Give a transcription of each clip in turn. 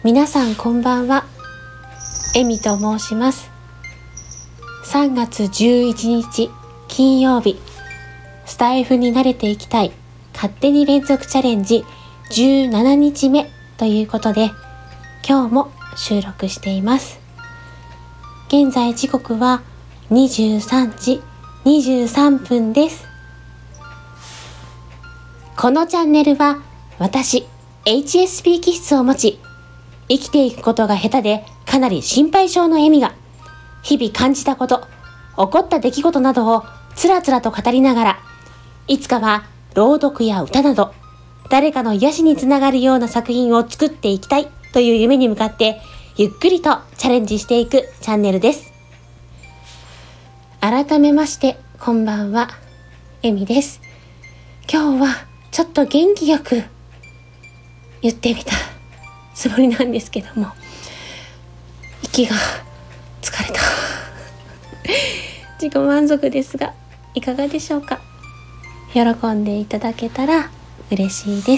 皆さんこんばんは。エミと申します。3月11日金曜日、スタイフに慣れていきたい勝手に連続チャレンジ17日目ということで、今日も収録しています。現在時刻は23時23分です。このチャンネルは私 HSP 気質を持ち、生きていくことが下手でかなり心配性のエミが、日々感じたこと、起こった出来事などをつらつらと語りながら、いつかは朗読や歌など誰かの癒しにつながるような作品を作っていきたいという夢に向かってゆっくりとチャレンジしていくチャンネルです。改めましてこんばんは、エミです。今日はちょっと元気よく言ってみたつもりなんですけども、息が疲れた自己満足ですが、いかがでしょうか。喜んでいただけたら嬉しいです。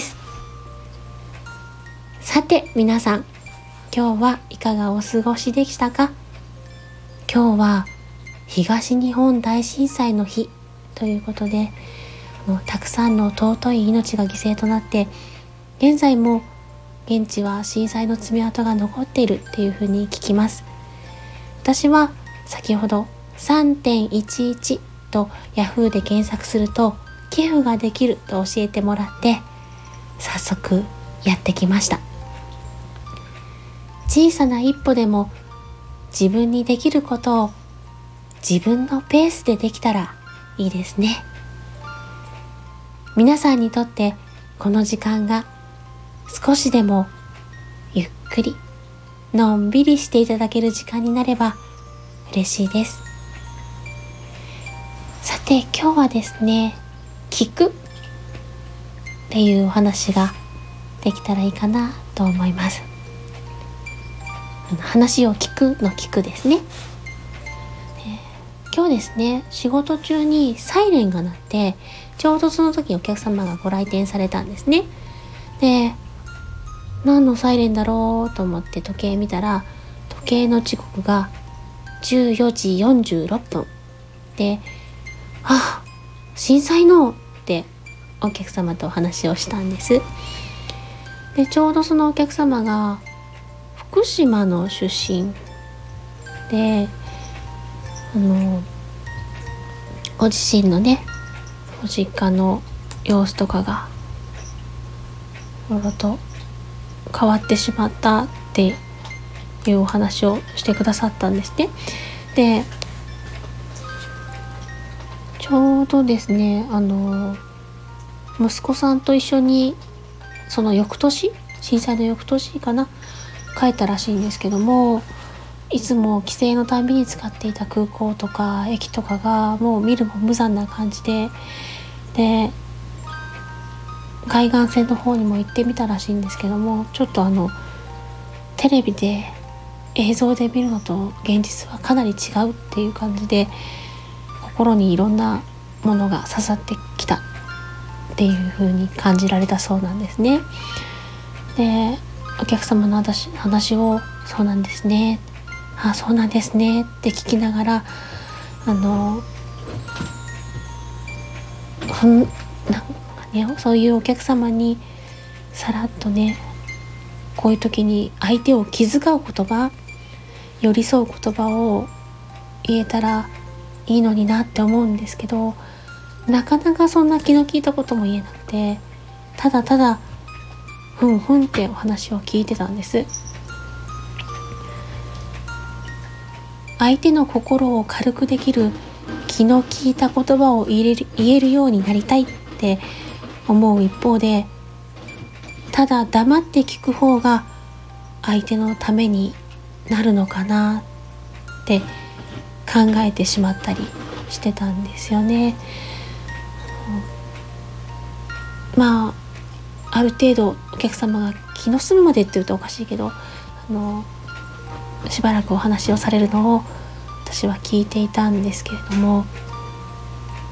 さて皆さん、今日はいかがお過ごしでしたか。今日は東日本大震災の日ということで、たくさんの尊い命が犠牲となって、現在も現地は震災の爪痕が残っているっていうふうに聞きます。私は先ほど 3.11 と Yahoo で検索すると寄付ができると教えてもらって、早速やってきました。小さな一歩でも自分にできることを自分のペースでできたらいいですね。皆さんにとってこの時間が少しでもゆっくりのんびりしていただける時間になれば嬉しいです。さて今日はですね、聞くっていうお話ができたらいいかなと思います。話を聞くの聞くですね。今日ですね、仕事中にサイレンが鳴って、ちょうどその時お客様がご来店されたんですね。で、何のサイレンだろうと思って時計見たら、時計の時刻が14時46分で、震災のってお客様とお話をしたんです。で、ちょうどそのお客様が福島の出身で、ご自身のね、ご実家の様子とかがいろいろと変わってしまったっていうお話をしてくださったんですね。で、ちょうどですね、息子さんと一緒にその翌年、震災の翌年かな、帰ったらしいんですけども、いつも帰省のたんびに使っていた空港とか駅とかがもう見るも無残な感じで、海岸線の方にも行ってみたらしいんですけども、ちょっとテレビで映像で見るのと現実はかなり違うっていう感じで、心にいろんなものが刺さってきたっていう風に感じられたそうなんですね。で、お客様の話を、そうなんですね、そうなんですねって聞きながら、そういうお客様にさらっとね、こういう時に相手を気遣う言葉、寄り添う言葉を言えたらいいのになって思うんですけど、なかなかそんな気の利いたことも言えなくて、ただただふんふんってお話を聞いてたんです。相手の心を軽くできる気の利いた言葉を言えるようになりたいって思う一方で、ただ黙って聞く方が相手のためになるのかなって考えてしまったりしてたんですよね。ある程度お客様が気の済むまでって言うとおかしいけど、しばらくお話をされるのを私は聞いていたんですけれども、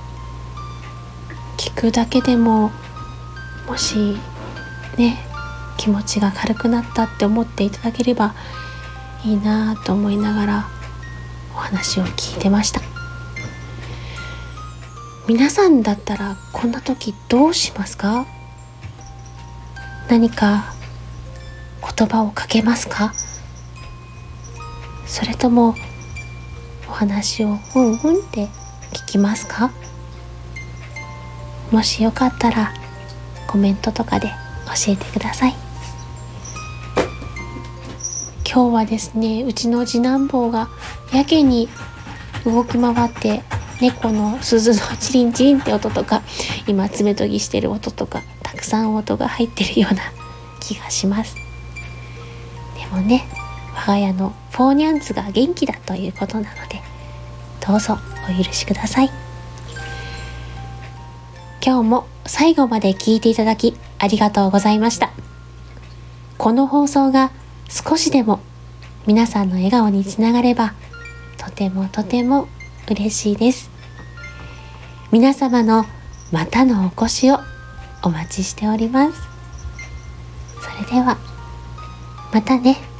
聞くだけでももしね、 気持ちが軽くなったって思っていただければいいなと思いながらお話を聞いてました。皆さんだったらこんな時どうしますか？何か言葉をかけますか？それともお話をうんうんって聞きますか？もしよかったらコメントとかで教えてください。今日はですね、うちの次男坊がやけに動き回って猫の鈴のチリンチリンって音とか、今爪研ぎしてる音とか、たくさん音が入ってるような気がします。でもね、我が家のフォーニャンズが元気だということなので、どうぞお許しください。今日も最後まで聞いていただきありがとうございました。この放送が少しでも皆さんの笑顔につながればとてもとても嬉しいです。皆様のまたのお越しをお待ちしております。それではまたね。